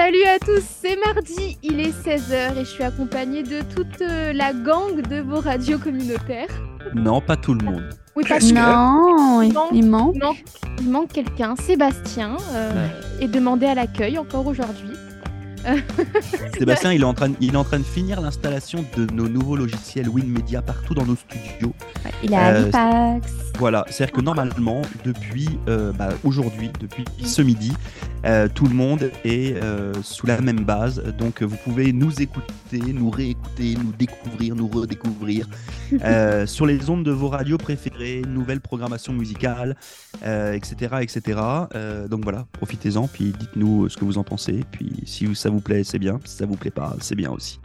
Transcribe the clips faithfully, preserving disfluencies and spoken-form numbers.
Salut à tous, c'est mardi, il est seize heures et je suis accompagnée de toute euh, la gang de vos radios communautaires. Non, pas tout le monde. Oui, pas Presque. tout. Non, Il il, manque, il manque. il manque, il manque quelqu'un, Sébastien, euh, est demandé à l'accueil encore aujourd'hui. Sébastien, il est, en train de, il est en train de finir l'installation de nos nouveaux logiciels WinMedia partout dans nos studios. Ouais, il est à Euh, Halifax. Voilà, c'est-à-dire que normalement, depuis euh, bah, aujourd'hui, depuis ce midi, euh, tout le monde est euh, sous la même base. Donc, vous pouvez nous écouter, nous réécouter, nous découvrir, nous redécouvrir euh, sur les ondes de vos radios préférées, nouvelles programmations musicales, euh, et cetera, et cetera. Euh, donc voilà, profitez-en, puis dites-nous ce que vous en pensez. Puis si ça vous plaît, c'est bien. Si ça vous plaît pas, c'est bien aussi.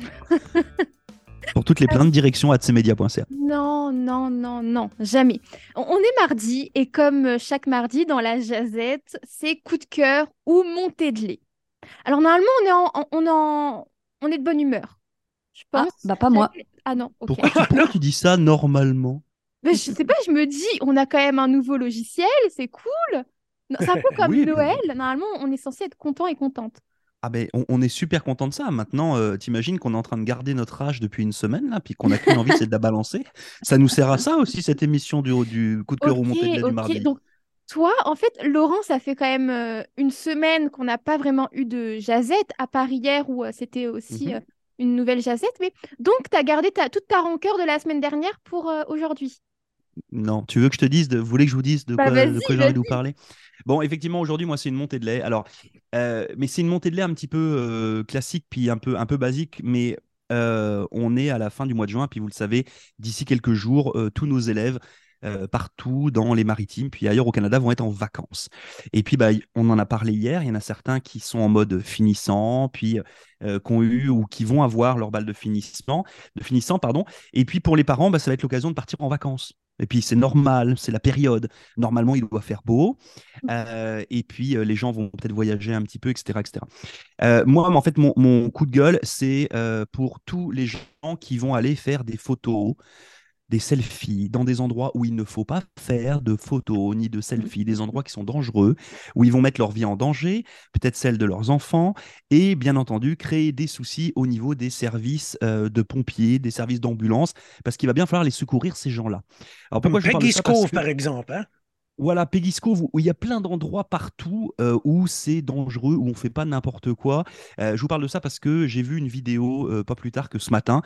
Pour toutes les plaintes, direction atsemedia point c a. Non, non, non, non, jamais. On, on est mardi et comme euh, chaque mardi dans la jazette, c'est coup de cœur ou montée de lait. Alors normalement, on est, en, en- on est en- on est de bonne humeur, je Ah, pense. bah pas moi. Ah non, ok. Pourquoi tu, pourquoi tu dis ça normalement? Mais je sais pas, je me dis, on a quand même un nouveau logiciel, c'est cool. Non, c'est un peu comme Oui, Noël. mais- Normalement, on est censé être content et contente. Ah ben, on, on est super content de ça. Maintenant, euh, t'imagines qu'on est en train de garder notre âge depuis une semaine, là, puis qu'on n'a qu'une envie, c'est de la balancer. Ça nous sert à ça aussi, cette émission du, du coup de cœur ou Ok, montée de lait du ok. mardi. Donc, toi, en fait, Laurent, ça fait quand même euh, une semaine qu'on n'a pas vraiment eu de jazette, à part hier où euh, c'était aussi euh, Mhm. une nouvelle jazette. Mais donc, tu as gardé ta, toute ta rancœur de la semaine dernière pour euh, aujourd'hui. Non, tu veux que je te dise, de, vous voulez que je vous dise de Bah, quoi, de quoi vas-y, j'ai envie de vous vas-y. parler? Bon, effectivement, aujourd'hui, moi, c'est une montée de lait. Alors, euh, mais c'est une montée de lait un petit peu euh, classique, puis un peu, un peu basique, mais euh, on est à la fin du mois de juin, puis vous le savez, d'ici quelques jours, euh, tous nos élèves euh, partout dans les maritimes, puis ailleurs au Canada, vont être en vacances. Et puis, bah, y- on en a parlé hier, il y en a certains qui sont en mode finissant, puis euh, qui ont eu ou qui vont avoir leur balle de finissement, de finissant, pardon. Et puis, pour les parents, bah, ça va être l'occasion de partir en vacances. Et puis c'est normal, c'est la période. Normalement, il doit faire beau. Euh, et puis euh, les gens vont peut-être voyager un petit peu, et cetera, et cetera. Euh, moi, en fait, mon, mon coup de gueule, c'est euh, pour tous les gens qui vont aller faire des photos, des selfies dans des endroits où il ne faut pas faire de photos ni de selfies, des endroits qui sont dangereux, où ils vont mettre leur vie en danger, peut-être celle de leurs enfants, et bien entendu créer des soucis au niveau des services euh, de pompiers, des services d'ambulance, parce qu'il va bien falloir les secourir, ces gens-là. Alors Comme pourquoi je vous parle de Peggy's ça? Parce Cove, que par exemple. Hein? voilà, Peggy's Cove, où où il y a plein d'endroits partout euh, où c'est dangereux, où on fait pas n'importe quoi. Euh, je vous parle de ça parce que j'ai vu une vidéo euh, pas plus tard que ce matin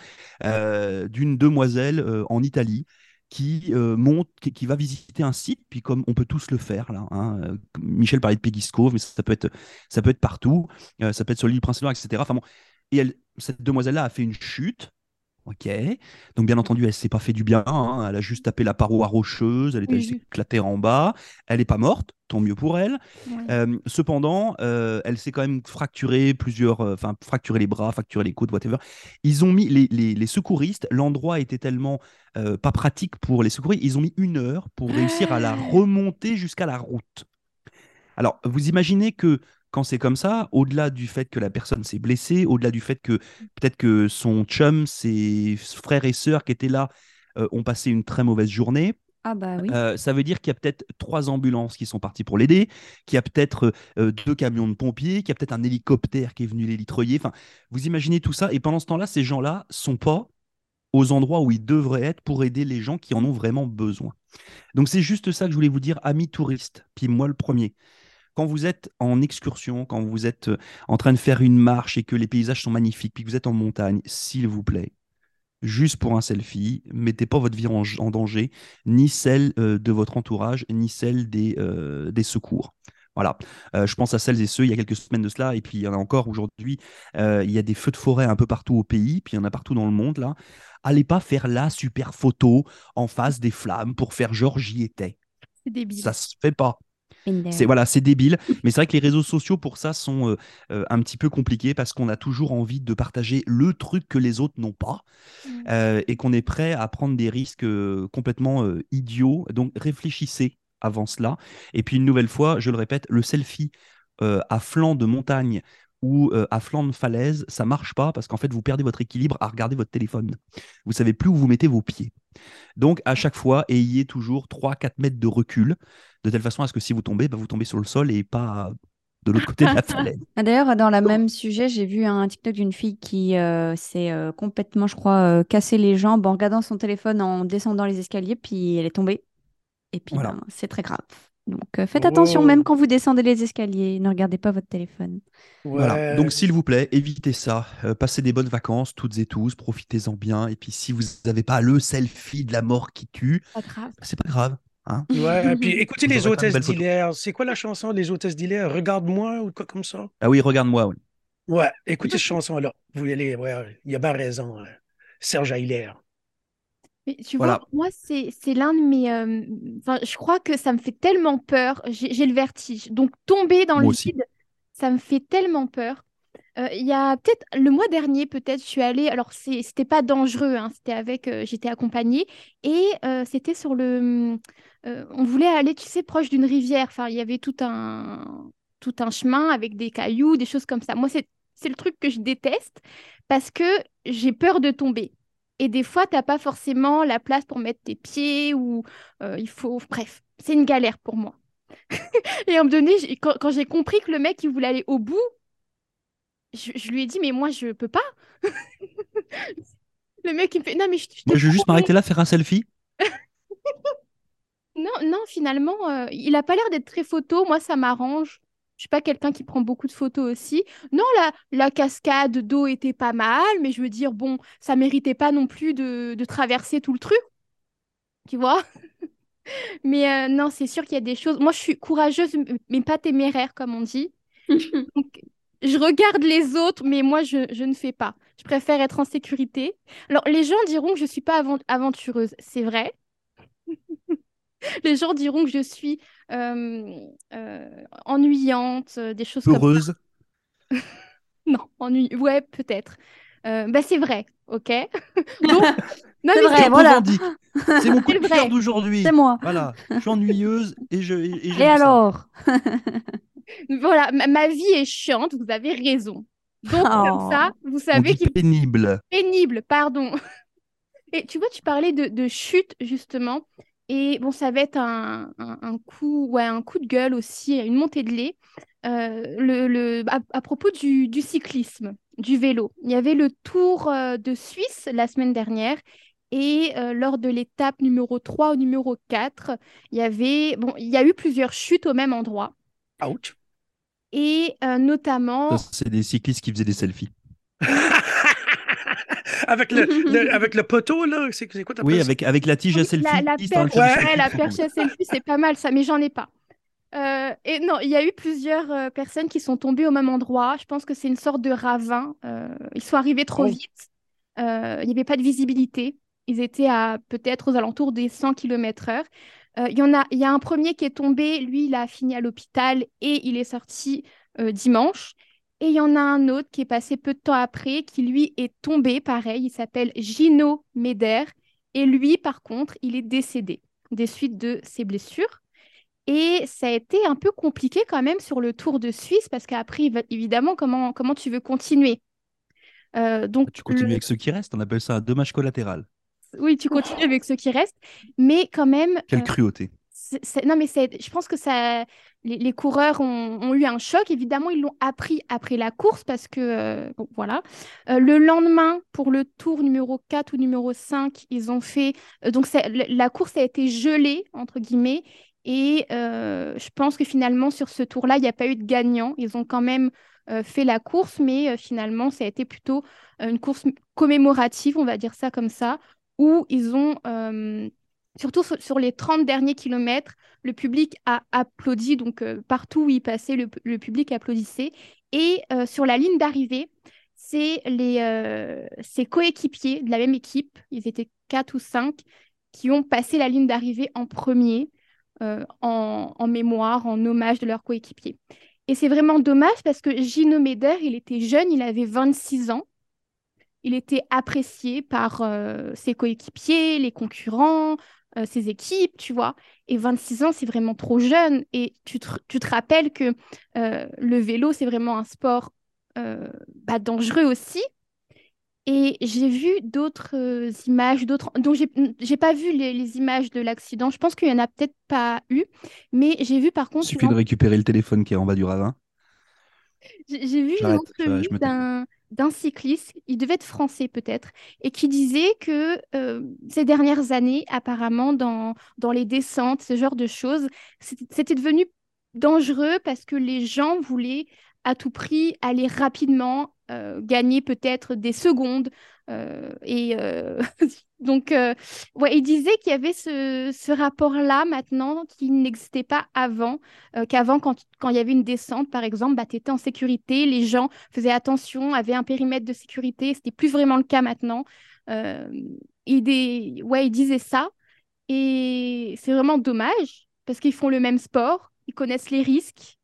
euh, d'une demoiselle euh, en Italie qui euh, monte, qui, qui va visiter un site, puis comme on peut tous le faire là, hein, euh, Michel parlait de Peggy's Cove, mais ça, ça peut être, ça peut être partout, euh, ça peut être sur l'île Prince-Édouard, et cetera. Enfin bon, et elle, cette demoiselle-là a fait une chute. Ok. Donc, bien entendu, elle s'est pas fait du bien, hein. Elle a juste tapé la paroi rocheuse. Elle est allée Oui, oui. s'éclater en bas. Elle n'est pas morte. Tant mieux pour elle. Ouais. Euh, cependant, euh, elle s'est quand même fracturé plusieurs, euh, enfin, fracturé les bras, fracturé les côtes, whatever. Ils ont mis les, les, les secouristes. L'endroit était tellement euh, pas pratique pour les secouristes. Ils ont mis une heure pour réussir à la remonter jusqu'à la route. Alors, vous imaginez que quand c'est comme ça, au-delà du fait que la personne s'est blessée, au-delà du fait que peut-être que son chum, ses frères et sœurs qui étaient là, euh, ont passé une très mauvaise journée, Ah bah oui. euh, ça veut dire qu'il y a peut-être trois ambulances qui sont parties pour l'aider, qu'il y a peut-être euh, deux camions de pompiers, qu'il y a peut-être un hélicoptère qui est venu les litreuiller. Enfin, vous imaginez tout ça, et pendant ce temps-là, ces gens-là sont pas aux endroits où ils devraient être pour aider les gens qui en ont vraiment besoin. Donc c'est juste ça que je voulais vous dire, amis touristes, puis moi le premier. Quand vous êtes en excursion, quand vous êtes euh, en train de faire une marche et que les paysages sont magnifiques, puis que vous êtes en montagne, s'il vous plaît, juste pour un selfie, mettez pas votre vie en, en danger, ni celle euh, de votre entourage, ni celle des, euh, des secours. Voilà. Euh, je pense à celles et ceux, il y a quelques semaines de cela, et puis il y en a encore aujourd'hui, euh, il y a des feux de forêt un peu partout au pays, puis il y en a partout dans le monde, là. Allez pas faire la super photo en face des flammes pour faire genre j'y étais. C'est débile. Ça se fait pas. Been C'est there. voilà, c'est débile, mais c'est vrai que les réseaux sociaux pour ça sont euh, euh, un petit peu compliqués parce qu'on a toujours envie de partager le truc que les autres n'ont pas Mm. euh, et qu'on est prêt à prendre des risques euh, complètement euh, idiots. Donc réfléchissez avant cela. Et puis une nouvelle fois, je le répète, le selfie euh, à flanc de montagne ou euh, à flanc de falaise, ça marche pas parce qu'en fait vous perdez votre équilibre à regarder votre téléphone. Vous savez plus où vous mettez vos pieds. Donc, à chaque fois, ayez toujours trois quatre mètres de recul, de telle façon à ce que si vous tombez, bah, vous tombez sur le sol et pas de l'autre côté de la falaise. Ah, d'ailleurs, dans le même sujet, j'ai vu un TikTok d'une fille qui euh, s'est euh, complètement, je crois, euh, cassé les jambes en regardant son téléphone en descendant les escaliers, puis elle est tombée. Et puis, Voilà. ben, c'est très grave. Donc, euh, faites attention, même Oh, quand vous descendez les escaliers. Ne regardez pas votre téléphone. Voilà. ouais. Donc, s'il vous plaît, évitez ça. Euh, passez des bonnes vacances, toutes et tous. Profitez-en bien. Et puis, si vous n'avez pas le selfie de la mort qui tue, Pas grave. bah, c'est pas grave. Hein. Ouais. Puis écoutez Vous les aurez plein de hôtesses belles photos. d'Hilaire. C'est quoi la chanson des hôtesses d'Hilaire? Regarde-moi ou quoi comme ça? Ah oui, regarde-moi. Oui. Ouais, écoutez cette chanson-là. Vous allez, ouais, il a bien raison, hein. Serge Hilaire. Mais tu vois, Voilà. moi, c'est c'est l'un de mes... euh, Enfin, je crois que ça me fait tellement peur. J'ai j'ai le vertige. Donc, tomber dans Moi le aussi. vide, ça me fait tellement peur. Euh, Il y a peut-être le mois dernier, peut-être, je suis allée. Alors, c'est- c'était pas dangereux, hein, c'était avec, euh, j'étais accompagnée et euh, c'était sur le. hum, euh, on voulait aller, tu sais, proche d'une rivière. Enfin, il y avait tout un tout un chemin avec des cailloux, des choses comme ça. Moi, c'est c'est le truc que je déteste parce que j'ai peur de tomber. Et des fois, t'as pas forcément la place pour mettre tes pieds ou euh, il faut. Bref, c'est une galère pour moi. Et à un moment donné, j'ai- quand, quand j'ai compris que le mec, il voulait aller au bout, je, je lui ai dit, mais moi, je peux pas. Le mec, il me fait, non, mais je, je te Moi, je vais juste promets. m'arrêter là, faire un selfie. Non, non, finalement, euh, il a pas l'air d'être très photo. Moi, ça m'arrange. Je suis pas quelqu'un qui prend beaucoup de photos aussi. Non, la, la cascade d'eau était pas mal, mais je veux dire, bon, ça méritait pas non plus de, de traverser tout le truc, tu vois. Mais euh, non, c'est sûr qu'il y a des choses. Moi, je suis courageuse, m- mais pas téméraire, comme on dit. Donc, je regarde les autres, mais moi, je, je ne fais pas. Je préfère être en sécurité. Alors, les gens diront que je suis pas avan- aventureuse. C'est vrai. Les gens diront que je suis euh, euh, ennuyante, euh, des choses comme ça. Heureuse. Non, ennuy... ouais, peut-être. Euh, bah, c'est vrai, ok? Donc, non, C'est mais vrai, Je c'est voilà. revendique. C'est mon coup c'est de cœur vrai. C'est d'aujourd'hui. moi. Voilà. Je suis ennuyeuse et je et, et Et j'aime ça. alors? Voilà, ma, ma vie est chiante, vous avez raison. Donc, comme ça, Oh. vous On savez dit qu'il pénible. pénible, pardon. Et tu vois, tu parlais de, de chute, justement. Et bon, ça va être un, un, un coup, ouais, un coup de gueule aussi, une montée de lait. Euh, le, le, à, à propos du, du cyclisme, du vélo. Il y avait le Tour euh, de Suisse la semaine dernière. Et euh, lors de l'étape numéro trois ou numéro quatre, il y avait, bon, il y a eu plusieurs chutes au même endroit. Ouch. Et euh, Ça, notamment, c'est des cyclistes qui faisaient des selfies. Avec le, le- avec le poteau, là, c'est c'est quoi Oui, t'appelles ça? avec, avec la tige oui, à la, selfie, la c'est en train de perche, faire du Ouais. ouais, selfie la qui sont perche tombés. à selfie, c'est pas mal ça, mais j'en ai pas. Euh, et non, il y a eu plusieurs euh, personnes qui sont tombées au même endroit. Je pense que c'est une sorte de ravin. Euh, ils sont arrivés trop Oh, vite. Euh, il n'y avait pas de visibilité. Ils étaient à peut-être aux alentours des cent kilomètres heure. Euh, Il y en a, il y a un premier qui est tombé. Lui, il a fini à l'hôpital et il est sorti euh, dimanche. Et il y en a un autre qui est passé peu de temps après, qui lui est tombé, pareil. Il s'appelle Gino Meder. Et lui, par contre, il est décédé des suites de ses blessures. Et ça a été un peu compliqué quand même sur le Tour de Suisse parce qu'après, évi- évidemment, comment, comment tu veux continuer? Euh, donc, Tu le... continues avec ceux qui restent, on appelle ça un dommage collatéral. oui, tu continues avec ceux qui restent, mais quand même, Quelle euh, cruauté. c'est- c'est- non, mais c'est... je pense que ça... les, les coureurs ont, ont eu un choc. Évidemment, ils l'ont appris après la course parce que, euh, bon, voilà. Euh, le lendemain, pour le tour numéro quatre ou numéro cinq, ils ont fait... euh, donc, c'est- la la course a été gelée, entre guillemets. Et euh, je pense que finalement, sur ce tour-là, il n'y a pas eu de gagnant. Ils ont quand même euh, fait la course, mais euh, finalement, ça a été plutôt euh, une course commémorative, on va dire ça comme ça, où ils ont, euh, surtout sur, sur les trente derniers kilomètres, le public a applaudi, donc euh, partout où il passait, le, le public applaudissait. Et euh, sur la ligne d'arrivée, c'est les, euh, ses coéquipiers de la même équipe, ils étaient quatre ou cinq, qui ont passé la ligne d'arrivée en premier, euh, en, en mémoire, en hommage de leurs coéquipiers. Et c'est vraiment dommage parce que Gino Meder, il était jeune, il avait vingt-six ans. Il était apprécié par euh, ses coéquipiers, les concurrents, euh, ses équipes, tu vois. Et vingt-six ans, c'est vraiment trop jeune. Et tu te, tu te rappelles que euh, le vélo, c'est vraiment un sport euh, bah, dangereux aussi. Et j'ai vu d'autres euh, images, d'autres. Donc, j'ai j'ai pas vu les, les images de l'accident. Je pense qu'il y en a peut-être pas eu. Mais j'ai vu par Il contre une. suffit de récupérer le téléphone qui est en bas du ravin. J'ai j'ai vu une J'arrête, je, entrevue je me tais. d'un d'un cycliste, il devait être français peut-être, et qui disait que euh, ces dernières années, apparemment, dans, dans les descentes, ce genre de choses, c'était c'était devenu dangereux parce que les gens voulaient à tout prix aller rapidement, euh, gagner peut-être des secondes. euh, et euh, donc, euh, ouais, il disait qu'il y avait ce, ce rapport-là maintenant qui n'existait pas avant euh, qu'avant, quand, quand il y avait une descente, par exemple, bah, tu étais en sécurité, les gens faisaient attention, avaient un périmètre de sécurité. C'était plus vraiment le cas maintenant. Euh, il, des... ouais, il disait ça. Et c'est vraiment dommage parce qu'ils font le même sport, ils connaissent les risques.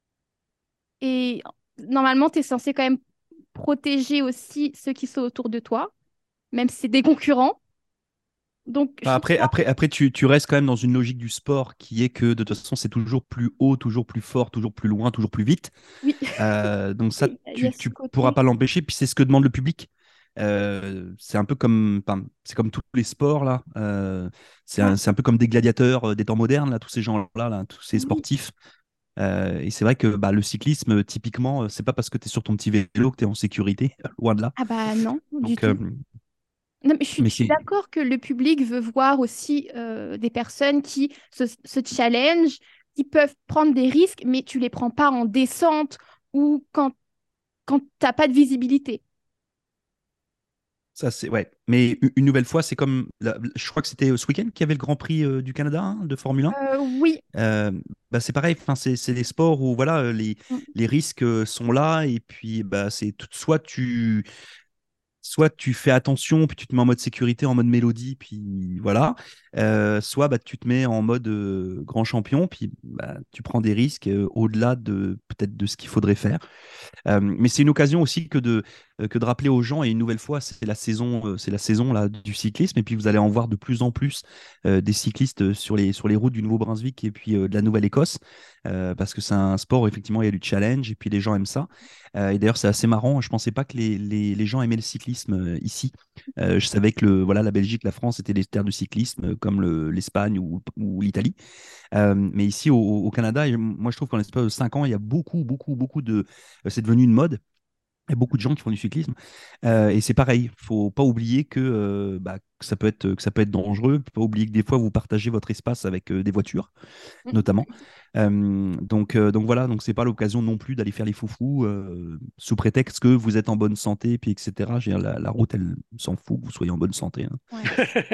Et normalement, tu es censé quand même protéger aussi ceux qui sont autour de toi, même si c'est des concurrents. Donc, je Enfin, trouve après, ça... après, après tu, tu restes quand même dans une logique du sport qui est que de toute façon, c'est toujours plus haut, toujours plus fort, toujours plus loin, toujours plus vite. Oui, Euh, donc ça, il y a tu, ce tu pourras côté. pas l'empêcher. Puis c'est ce que demande le public. Euh, c'est un peu comme, enfin, c'est comme tous les sports là. Euh, c'est Ouais. un, c'est un peu comme des gladiateurs euh, des temps modernes là, tous ces gens-là, là, tous ces Oui. sportifs. Euh, et c'est vrai que bah, le cyclisme, typiquement, euh, c'est pas parce que tu es sur ton petit vélo que tu es en sécurité, loin de là. Ah bah non, du Donc, euh, tout. Non, mais je suis, mais je suis c'est d'accord que le public veut voir aussi euh, des personnes qui se, se challenge, qui peuvent prendre des risques, mais tu les prends pas en descente ou quand, quand tu n'as pas de visibilité. ça, c'est ouais. Mais u- une nouvelle fois, c'est comme, la- je crois que c'était ce week-end qu'il y avait le Grand Prix euh, du Canada hein, de Formule un. Euh, oui. Euh, bah, c'est pareil. Enfin, c'est c'est des sports où voilà, euh, les, Mm. les risques euh, sont là et puis bah, c'est tout- soit tu soit tu fais attention, puis tu te mets en mode sécurité, en mode mélodie, puis voilà. Euh, soit bah, tu te mets en mode euh, grand champion, puis bah, tu prends des risques euh, au-delà de peut-être de ce qu'il faudrait faire. Euh, mais c'est une occasion aussi que de, euh, que de rappeler aux gens, et une nouvelle fois, c'est la saison, euh, c'est la saison là, du cyclisme, et puis vous allez en voir de plus en plus euh, des cyclistes sur les, sur les routes du Nouveau-Brunswick et puis euh, de la Nouvelle-Écosse, euh, parce que c'est un sport, où, effectivement, il y a du challenge, et puis les gens aiment ça. Euh, et d'ailleurs, c'est assez marrant, je pensais pas que les, les, les gens aimaient le cyclisme euh, ici. Euh, je savais que le, voilà, la Belgique, la France étaient des terres de cyclisme, euh, comme le- l'Espagne ou, ou l'Italie. Euh, mais ici, au, au Canada, et moi, je trouve qu'en l'espace de cinq ans, il y a beaucoup, beaucoup, beaucoup de. euh, C'est devenu une mode. Il y a beaucoup de gens qui font du cyclisme. Euh, et c'est pareil, faut pas oublier que, euh, bah, que ça peut être, que ça peut être dangereux. Faut pas oublier que des fois, vous partagez votre espace avec euh, des voitures, notamment. Euh, donc, euh, donc voilà, donc c'est pas l'occasion non plus d'aller faire les foufous euh, sous prétexte que vous êtes en bonne santé, puis et cetera. Je veux dire, la, la route, elle s'en fout que vous soyez en bonne santé, hein. Ouais.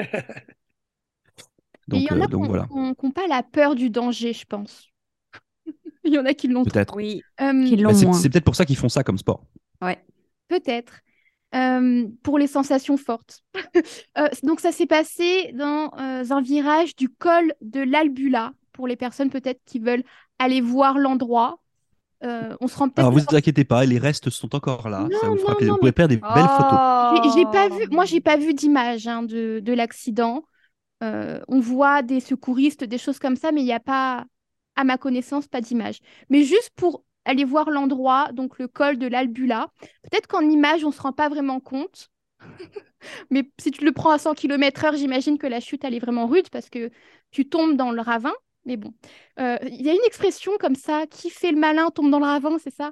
Et il y Donc, en a euh, qui donc voilà, n'ont pas la peur du danger, je pense. Il y en a qui l'ont trop. peut-être. Oui, Euh, qui l'ont Bah, c'est moins. c'est peut-être pour ça qu'ils font ça comme sport. Ouais. Peut-être. Euh, pour les sensations fortes. Euh, donc ça s'est passé dans euh, un virage du col de l'Albula, pour les personnes peut-être qui veulent aller voir l'endroit. Euh, on se rend peut-être Alors, pas... vous inquiétez pas, les restes sont encore là. Ça Non, vous fera non, plaisir. non, Vous pouvez mais faire des belles photos. j'ai j'ai pas vu... Oh. Moi, j'ai pas vu d'image hein, de, de l'accident. Euh, on voit des secouristes, des choses comme ça, mais il n'y a pas, à ma connaissance, pas d'image. Mais juste pour aller voir l'endroit, donc le col de l'Albula, peut-être qu'en image, on ne se rend pas vraiment compte. Mais si tu le prends à cent kilomètres heure, j'imagine que la chute, elle est vraiment rude parce que tu tombes dans le ravin. Mais bon, Euh, il y a une expression comme ça, qui fait le malin tombe dans le ravin, c'est ça?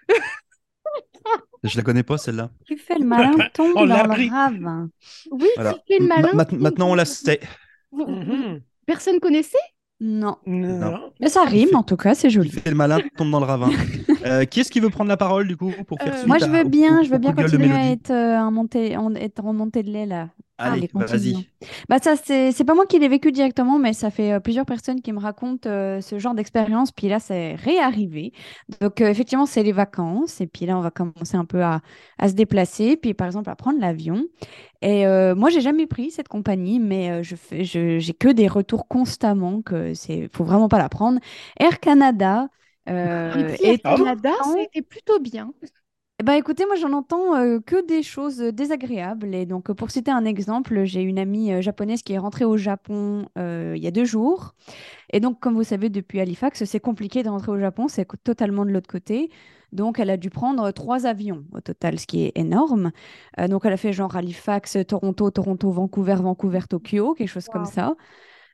Je la connais pas, celle-là. Qui fait le malin On tombe l'a dans le appris. ravin. Oui, qui Voilà. fait le M- malin ma- tombe maintenant, dans on le la ravin. sait. Vous- vous- Mhm. Personne connaissait? Non. Non. Non. Mais ça Qui rime, fait, en tout cas, c'est qui joli. fait le malin tombe dans le ravin. Euh, qui est-ce qui veut prendre la parole, du coup, pour faire Euh, Moi, suite je à, veux au, bien, au- je veux au coup bien de gueule de continuer à Mélodie? être, euh, un montée, en, être en montée de lait, là. Ah, Allez, Allez, continuons. vas-y. Bah ça, c'est c'est pas moi qui l'ai vécu directement, mais ça fait euh, plusieurs personnes qui me racontent euh, ce genre d'expérience. Puis là, c'est réarrivé. Donc, euh, effectivement, c'est les vacances. Et puis là, on va commencer un peu à, à se déplacer. Puis, par exemple, à prendre l'avion. Et euh, moi, j'ai jamais pris cette compagnie, mais euh, je fais, je, j'ai que des retours constamment que c'est, faut vraiment pas la prendre. Air Canada j'ai euh, pris Air est Ah, tout le Canada, ça a temps. été plutôt bien. Eh ben, écoutez, moi j'en entends euh, que des choses euh, désagréables. Et donc, euh, pour citer un exemple, j'ai une amie euh, japonaise qui est rentrée au Japon euh, il y a deux jours. Et donc, comme vous savez, depuis Halifax, c'est compliqué de rentrer au Japon, c'est co- totalement de l'autre côté. Donc, elle a dû prendre trois avions au total, ce qui est énorme. Euh, donc, elle a fait genre Halifax, Toronto, Toronto, Vancouver, Vancouver, Tokyo, quelque chose comme Wow. ça.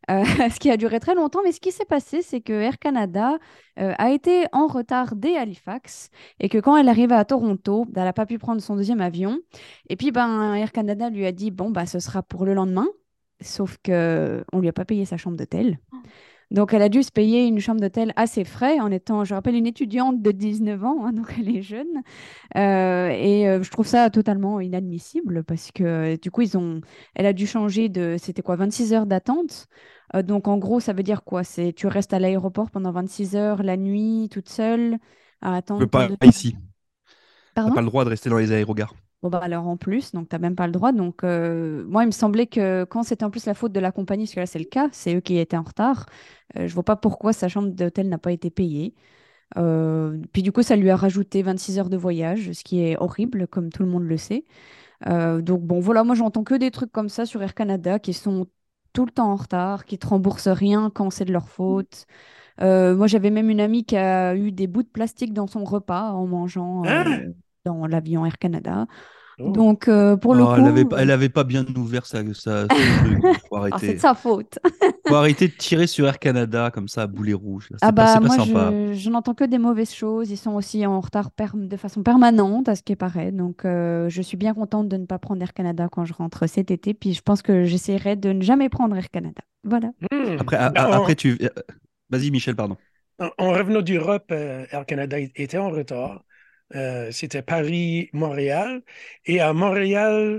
euh, ce qui a duré très longtemps. Mais ce qui s'est passé, c'est que Air Canada euh, a été en retard dès Halifax et que quand elle arrivait à Toronto, elle n'a pas pu prendre son deuxième avion. Et puis, ben, Air Canada lui a dit, bon, bah, ce sera pour le lendemain. Sauf que on lui a pas payé sa chambre d'hôtel. Donc, elle a dû se payer une chambre d'hôtel à ses frais en étant, je rappelle, une étudiante de dix-neuf ans, hein, donc elle est jeune. Euh, et euh, je trouve ça totalement inadmissible parce que du coup, ils ont, elle a dû changer de, c'était quoi, vingt-six heures d'attente. Euh, donc, en gros, ça veut dire quoi? C'est tu restes à l'aéroport pendant vingt-six heures la nuit, toute seule, à Tu peux attendre ton pas deuxième. ici. T'as Pardon? pas le droit de rester dans les aérogares. Bon, bah alors en plus, donc tu n'as même pas le droit. Donc, euh, moi, il me semblait que quand c'était en plus la faute de la compagnie, parce que là, c'est le cas, c'est eux qui étaient en retard, euh, je vois pas pourquoi sa chambre d'hôtel n'a pas été payée. Euh, puis du coup, ça lui a rajouté vingt-six heures de voyage, ce qui est horrible, comme tout le monde le sait. Euh, donc, bon, voilà, moi, j'entends que des trucs comme ça sur Air Canada qui sont tout le temps en retard, qui te remboursent rien quand c'est de leur faute. Euh, moi, j'avais même une amie qui a eu des bouts de plastique dans son repas en mangeant Hein? euh, dans l'avion Air Canada. Oh. Donc, euh, pour le Oh, elle avait coup, pas, euh, elle avait pas bien ouvert sa, sa- son truc. Donc faut ah, c'est de arrêter. sa faute. Faut arrêter de tirer sur Air Canada comme ça à boulet rouge. Ah C'est pas, c'est bah pas moi sympa. je, je n'entends que des mauvaises choses. Ils sont aussi en retard perm- de façon permanente à ce qui paraît. Donc euh, je suis bien contente de ne pas prendre Air Canada quand je rentre cet été. Puis je pense que j'essaierai de ne jamais prendre Air Canada. Voilà. Hmm. Après, a- Ben, a- en, après tu. euh, Vas-y, Michel, pardon. en- en revenant d'Europe, euh, Air Canada était en retard. Euh, c'était Paris-Montréal. Et à Montréal,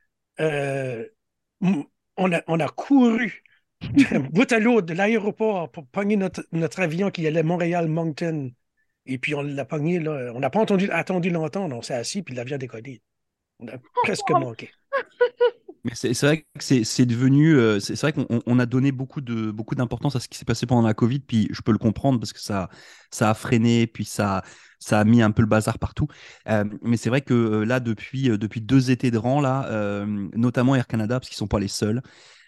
euh, m- on a, on a couru bout à l'autre de l'aéroport pour pogner notre, notre avion qui allait Montréal-Moncton. Et puis on l'a pogné, là. On n'a pas entendu, attendu longtemps. On s'est assis, puis l'avion a décollé. On a presque manqué. Mais c'est c'est vrai que c'est c'est devenu. euh, c'est c'est vrai qu'on on- on a donné beaucoup de beaucoup d'importance à ce qui s'est passé pendant la Covid. Puis je peux le comprendre parce que ça ça a freiné, puis ça ça a mis un peu le bazar partout. Euh, mais c'est vrai que euh, là depuis euh, depuis deux étés de rang là, euh, notamment Air Canada parce qu'ils sont pas les seuls,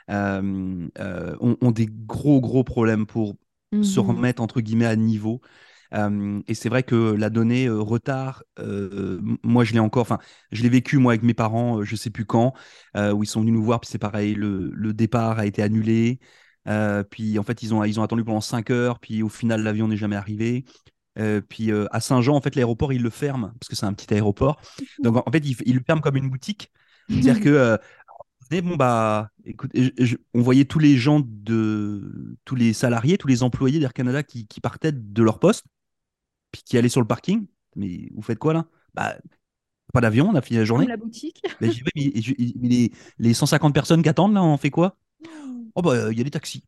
euh, euh, ont, ont des gros gros problèmes pour se Mhm. remettre entre guillemets à niveau. Euh, et c'est vrai que la donnée euh, retard, euh, m- moi je l'ai encore, enfin je l'ai vécu moi avec mes parents, euh, je sais plus quand, euh, où ils sont venus nous voir, puis c'est pareil, le, le départ a été annulé. Euh, puis en fait ils ont, ils ont attendu pendant cinq heures, puis au final l'avion n'est jamais arrivé. Euh, puis euh, à Saint-Jean, en fait l'aéroport ils le ferment, parce que c'est un petit aéroport. Donc en en fait ils, ils le ferment comme une boutique. C'est-à-dire que euh, et bon bah écoute, je- je- on voyait tous les gens de tous les salariés, tous les employés d'Air Canada qui, qui partaient de leur poste puis qui allait sur le parking. Mais vous faites quoi là? Bah, pas d'avion, on a fini la Comme journée. la boutique. Bah, j'y vais, mais, et je- et- mais les, les cent cinquante personnes qui attendent là, on fait quoi? Oh bah, il y a des taxis.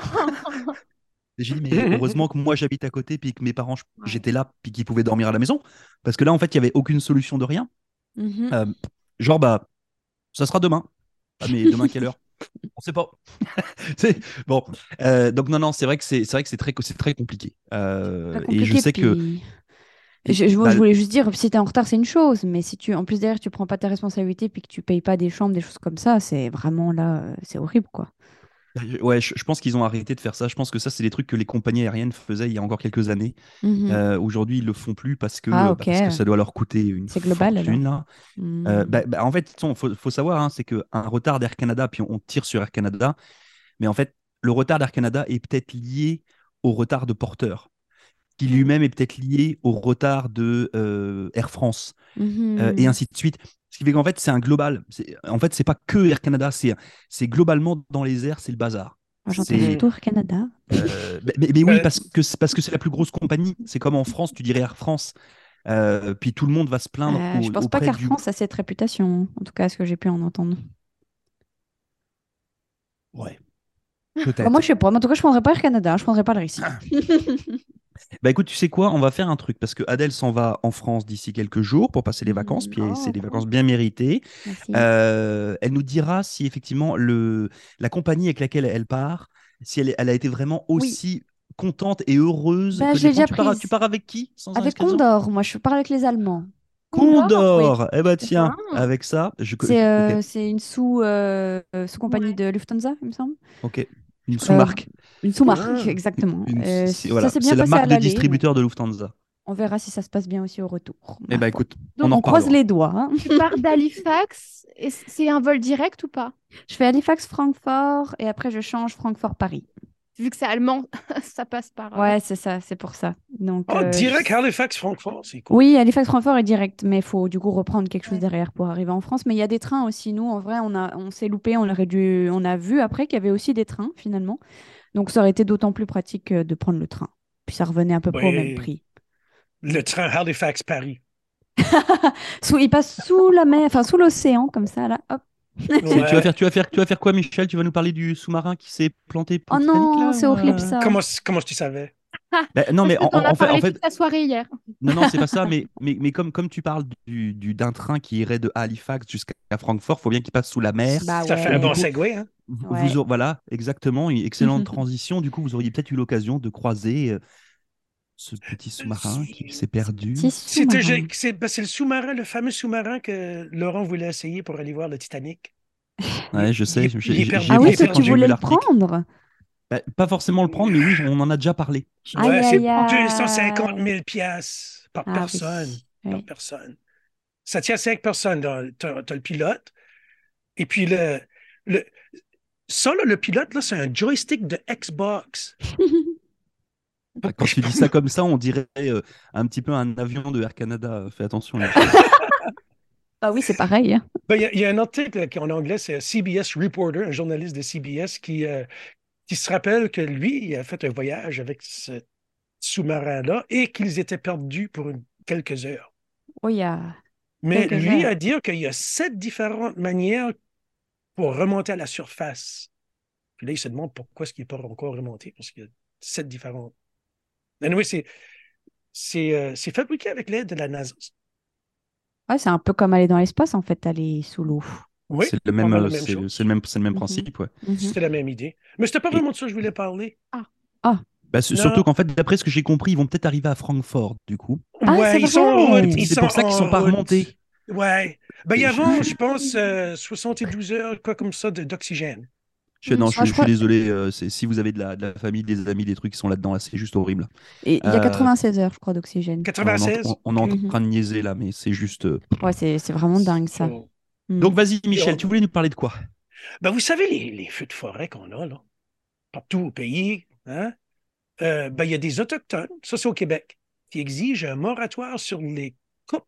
Et j'ai dit, mais heureusement que moi j'habite à côté, puis que mes parents, je- Ouais. j'étais là, puis qu'ils pouvaient dormir à la maison. Parce que là, en fait, il n'y avait aucune solution de rien. Mhm. Euh, genre, bah, ça sera demain. Ah, mais demain, quelle heure? On sait pas. C'est- Bon, Euh, donc non, non, c'est vrai que c'est c'est vrai que c'est très, c'est très compliqué. Très Euh, et je compliqué. sais que Puis je, je- moi, bah, je voulais juste dire, si t'es en retard, c'est une chose. Mais si tu, en plus derrière, tu prends pas tes responsabilités puis que tu payes pas des chambres, des choses comme ça, c'est vraiment là, euh, c'est horrible quoi. Je- Ouais, je, je pense qu'ils ont arrêté de faire ça. Je pense que ça, c'est des trucs que les compagnies aériennes faisaient il y a encore quelques années. Mhm. Euh, aujourd'hui, ils le font plus parce que, Ah euh, ok, bah, parce que ça doit leur coûter une c'est global fortune, alors. là. Euh, Mhm. bah, bah, en fait, il faut, faut savoir, hein, c'est qu'un retard d'Air Canada, puis on, on tire sur Air Canada, mais en fait, le retard d'Air Canada est peut-être lié au retard de Porter, qui lui-même est peut-être lié au retard de euh, Air France, euh, et Mhm. ainsi de suite. Ce qui fait qu'en fait, c'est un global. C'est- En fait, c'est pas que Air Canada, c'est c'est globalement dans les airs, c'est le bazar. Moi, j'entends C'est Mhm. surtout Air Canada. euh, mais, mais- mais oui, Ben, parce que c'est parce que c'est la plus grosse compagnie. C'est comme en France, tu dirais Air France. Euh, puis tout le monde va se plaindre Euh, je au- pense pas auprès qu'Air du. France a cette réputation, en tout cas, ce que j'ai pu en entendre. Ouais, Bah, moi, peut-être. je sais pas. Mais en tout cas, je prendrais pas Air Canada. Je prendrais pas le récit. Bah écoute, tu sais quoi? On va faire un truc parce que Adèle s'en va en France d'ici quelques jours pour passer les vacances. Mhm. Puis c'est Oh, des cool. vacances bien méritées. Merci. Euh, elle nous dira si effectivement le la compagnie avec laquelle elle part, si elle, elle a été vraiment Oui, aussi contente et heureuse bah, que je l'ai d'y prendre. déjà Tu pars, tu prise. pars avec qui sans Avec indiscrétion? Condor, moi, je parle avec les Allemands. Condor. Oui. Condor! Eh ben tiens, Ah. avec ça, je, C'est je- ok, euh, c'est une sous, euh, euh, sous-compagnie Ouais. de Lufthansa, il me semble. ok. Une Euh, sous-marque. une sous-marque, ah. exactement. Une- Euh, c'est- ça voilà, s'est bien c'est la passé à marque des l'aller, mais distributeurs de Lufthansa. On verra si ça se passe bien aussi au retour. Eh ma ben foi. écoute, on Donc, en on croise reparlera. les doigts. hein. Tu pars d'Halifax et c- c'est un vol direct ou pas? Je fais Halifax-Francfort et après, je change Francfort-Paris. Vu que c'est allemand, ça passe par. euh, Ouais, c'est ça, c'est pour ça. Donc, Oh, euh, direct je- Halifax, Francfort, c'est cool. oui, Halifax-Francfort est direct, mais il faut du coup reprendre quelque chose Ouais. derrière pour arriver en France. Mais il y a des trains aussi. Nous, en vrai, on a, on s'est loupé. On aurait dû, on a vu après qu'il y avait aussi des trains finalement. Donc, ça aurait été d'autant plus pratique euh, de prendre le train. Puis ça revenait à peu près au même Oui, prix. le train Halifax-Paris. Sous, il passe sous la mer, enfin sous l'océan, comme ça, là. Hop. C'est- Tu vas Ouais. faire, tu vas faire, tu vas faire quoi, Michel? Tu vas nous parler du sous-marin qui s'est planté pour Oh le Titanic non, là c'est ou, horrible euh ça. Comment, comment tu savais? Ah, Ben, non, parce mais que en, t'en en- as en fait, en parlé fait, toute la soirée hier. non, non, c'est pas ça, mais, mais, mais comme, comme tu parles du, du- d'un train qui irait de Halifax jusqu'à Francfort, faut bien qu'il passe sous la mer. Bah Ça fait Et un du bon ouais. coup, segue, hein? vous, Ouais. vous aurez- voilà, exactement, une excellente transition. Du coup, vous auriez peut-être eu l'occasion de croiser euh, ce petit sous-marin qui s'est perdu. Petit C'était, sous-marin. c'est ben, c'est le sous-marin, le fameux sous-marin que Laurent voulait essayer pour aller voir le Titanic. Il, Ouais, je il sais, est, il j'ai est j'ai- perdu. j'y ai Ah oui, Il est pensé toi, quand tu j'ai perdu. vu voulais le l'article. prendre? Ben, pas forcément le prendre, mais oui, on en a déjà parlé. Aïe, Ouais, c'est aïe, deux cent cinquante aïe. mille piastres par Ah personne. oui. Par Oui. personne. Ça tient cinq personnes. Tu as, le pilote. Et puis, le, le, ça, là, le pilote, là, c'est un joystick de Xbox. Ah, Quand tu dis ça comme ça, on dirait euh, un petit peu un avion de Air Canada. Fais attention, Michel. Bah oui, c'est pareil. hein. Ben, Il y, a- il y a un article qui en anglais, c'est C B S Reporter, un journaliste de C B S qui, euh, qui se rappelle que lui, il a fait un voyage avec ce sous-marin-là et qu'ils étaient perdus pour une- quelques heures. Oh, il y a Mais quelques lui heures. a dit qu'il y a sept différentes manières pour remonter à la surface. Puis là, il se demande pourquoi est-ce qu'il n'est pas encore remonté, parce qu'il y a sept différentes. Anyway, c'est c'est euh, c'est fabriqué avec l'aide de la NASA. Ouais, c'est un peu comme aller dans l'espace, en fait, aller sous l'eau. Oui, C'est le pas même, mal euh, la même c'est le, chose. c'est le même, c'est le même Mhm. principe, ouais. Mhm. C'était la même idée. Mais c'était pas Et vraiment de ça que je voulais parler. Ah, bah, su- Non. surtout qu'en fait, d'après ce que j'ai compris, ils vont peut-être arriver à Francfort, du coup. Ah, Ouais, c'est ils sont en route. vrai. Et Ils c'est sont pour ça qu'ils en sont pas route. remontés. Ouais. Ben, il y Je, avait, je- je pense, euh, soixante-douze heures, quoi comme ça, de- d'oxygène. je- non, Ah, je, je je suis crois. désolé. euh, c'est- si vous avez de la, de la famille, des amis, des trucs qui sont là-dedans, là, c'est juste horrible. Et il y a Euh, quatre-vingt-seize heures, je crois, d'oxygène. on, est en, on- quatre-vingt-seize. on est OK. en Mhm. train de niaiser là, mais c'est juste. euh, Ouais, c'est c'est vraiment dingue, ça. So, Mm. Donc, vas-y, et Michel, on- tu voulais nous parler de quoi? ben, vous savez, les, les feux de forêt qu'on a, là, partout au pays, hein? Euh, ben, il y a des Autochtones, ça c'est au Québec, qui exigent un moratoire sur les coupes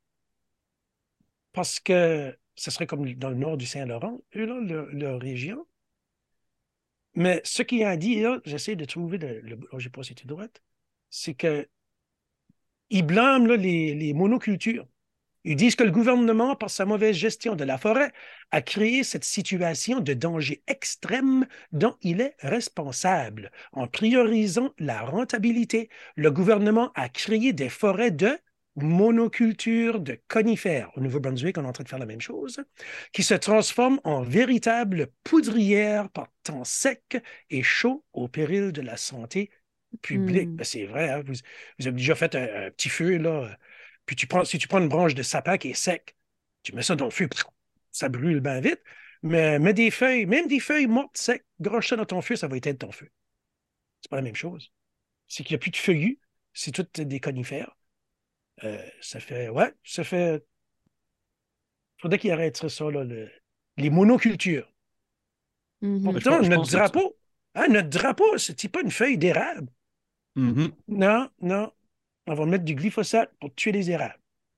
parce que ce serait comme dans le nord du Saint-Laurent, eux, là, leur, leur région. Mais ce qu'il a dit, là, j'essaie de trouver le, le oh, j'ai pas cité droite, c'est que ils blâment là, les, les monocultures. Ils disent que le gouvernement, par sa mauvaise gestion de la forêt, a créé cette situation de danger extrême dont il est responsable. En priorisant la rentabilité, le gouvernement a créé des forêts de monoculture de conifères. Au Nouveau-Brunswick, on est en train de faire la même chose, qui se transforment en véritables poudrières par temps sec et chaud au péril de la santé publique. Mm. Ben, c'est vrai, hein, vous, vous avez déjà fait un, un petit feu, là. Puis tu prends, si tu prends une branche de sapin qui est sec, tu mets ça dans le feu, ça brûle bien vite. Mais mets des feuilles, même des feuilles mortes secs, groche ça dans ton feu, ça va éteindre ton feu. C'est pas la même chose. C'est qu'il n'y a plus de feuillus, c'est toutes des conifères. Euh, ça fait, ouais, ça fait. Il faudrait qu'il arrêterait ça, là, le- les monocultures. Mhm. Je Pourtant, pense- je notre pense que- drapeau, hein, notre drapeau, c'est pas une feuille d'érable. Mhm. Non, non. On va mettre du glyphosate pour tuer les érables.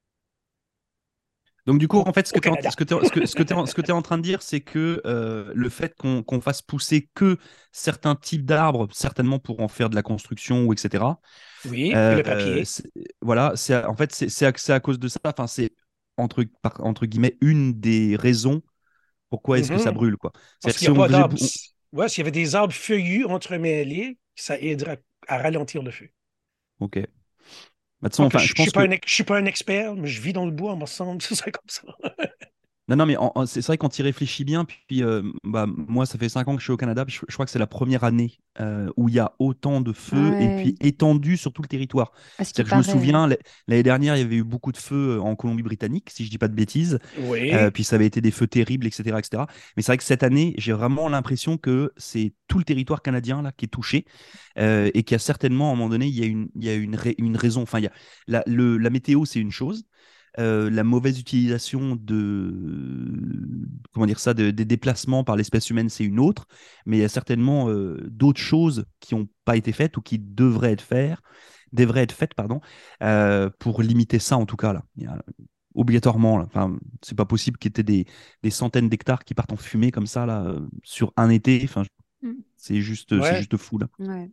Donc du coup, Au, en fait, ce au que tu es, Canada. ce que t'es- ce que, ce que t'es en, ce que t'es en train de dire, c'est que euh, le fait qu'on qu'on fasse pousser que certains types d'arbres, certainement pour en faire de la construction ou et cetera. Oui, puis euh, le papier. c'est- voilà, c'est à- en fait c'est c'est à, c'est à cause de ça. Enfin, c'est entre par- entre guillemets une des raisons pourquoi est-ce que ça Mhm. brûle, quoi. Parce C'est-à-dire que qu'il si n'y a on pas faisait, d'arbres. on- Ouais, s'il y avait des arbres feuillus entremêlés, ça aiderait à ralentir le feu. ok. Bah, de toute façon, Pas que enfin, je je ne suis pense pas que un, ex- je suis pas un expert, mais je vis dans le bois, il me semble, c'est ça comme ça. Non, non, mais en- en- c'est c'est vrai quand tu y réfléchis bien, puis, puis, euh, bah, moi, ça fait cinq ans que je suis au Canada, puis je, je crois que c'est la première année euh, où il y a autant de feux et Ouais, puis étendu sur tout le territoire. à ce qui C'est-à-dire que je me paraît, ouais. souviens, l- l'année dernière, il y avait eu beaucoup de feux euh, en Colombie-Britannique, si je dis pas de bêtises, euh, Oui. puis ça avait été des feux terribles, et cetera, et cetera. Mais c'est vrai que cette année, j'ai vraiment l'impression que c'est tout le territoire canadien là qui est touché euh, et qu'il y a certainement, à un moment donné, il y a une, il y a une, rai- une raison. Enfin, il y a, la, le- la météo, c'est une chose. Euh, la mauvaise utilisation de comment dire ça de- des déplacements par l'espèce humaine, c'est une autre, mais il y a certainement euh, d'autres choses qui n'ont pas été faites ou qui devraient être faites, devraient être faites, pardon, euh, pour limiter ça en tout cas là. Il y a- obligatoirement, là. Enfin, c'est pas possible qu'il y ait des, des centaines d'hectares qui partent en fumée comme ça là euh, sur un été. Enfin, Mm. c'est juste, c'est Ouais. juste fou là. Ouais.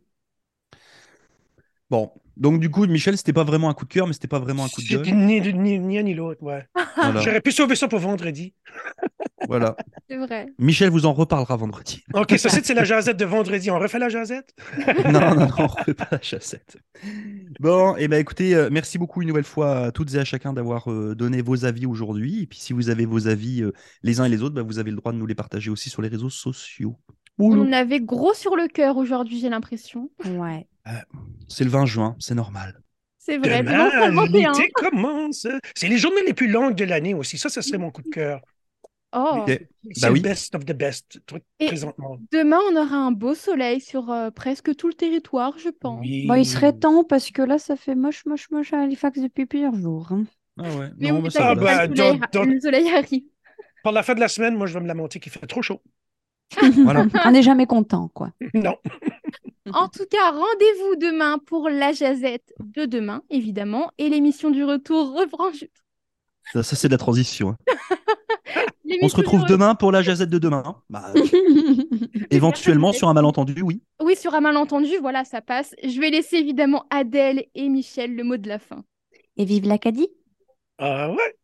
Bon, donc du coup, Michel, c'était pas vraiment un coup de cœur, mais c'était pas vraiment un coup de C'était gueule. ni, ni, ni un ni l'autre, ouais. Voilà, J'aurais pu sauver ça pour vendredi. voilà. C'est vrai. Michel vous en reparlera vendredi. OK, ça, c'est la jazette de vendredi. On refait la jazette? Non, non, non, on refait pas la chassette. Bon, et ben écoutez, euh, merci beaucoup une nouvelle fois à toutes et à chacun d'avoir euh, donné vos avis aujourd'hui. Et puis si vous avez vos avis euh, les uns et les autres, bah, vous avez le droit de nous les partager aussi sur les réseaux sociaux. Oulou. On avait gros sur le cœur aujourd'hui, j'ai l'impression. Ouais. Euh, c'est le vingt juin, c'est normal. C'est vrai, demain Demain, sera le vingt et un. l'été commence. C'est les journées les plus longues de l'année aussi. Ça, ça serait mon coup de cœur. Oh. Ok. C'est Bah le oui, best of the best, truc, Et présentement. demain, on aura un beau soleil sur euh, presque tout le territoire, je pense. Bon, il serait Oui. temps parce que là, ça fait moche, moche, moche à Halifax depuis plusieurs jours, hein. ah ouais, Mais non, oui, bah ça va Ah, t'inquiète là. pas, le bah, soleil, donc, donc, le soleil arrive. par la fin de la semaine, moi, je vais me lamenter qu'il fait trop chaud. Voilà. On n'est jamais content, quoi. Non. En tout cas, rendez-vous demain pour la jazette de demain, évidemment, et l'émission du retour reprend juste. Ça, ça, c'est de la transition, hein. On se L'émission du retrouve retour. demain pour la jazette de demain, hein. Bah, euh, éventuellement sur un malentendu, oui. Oui, sur un malentendu, voilà, ça passe. Je vais laisser évidemment Adèle et Michel le mot de la fin. Et vive l'Acadie! Ah ouais.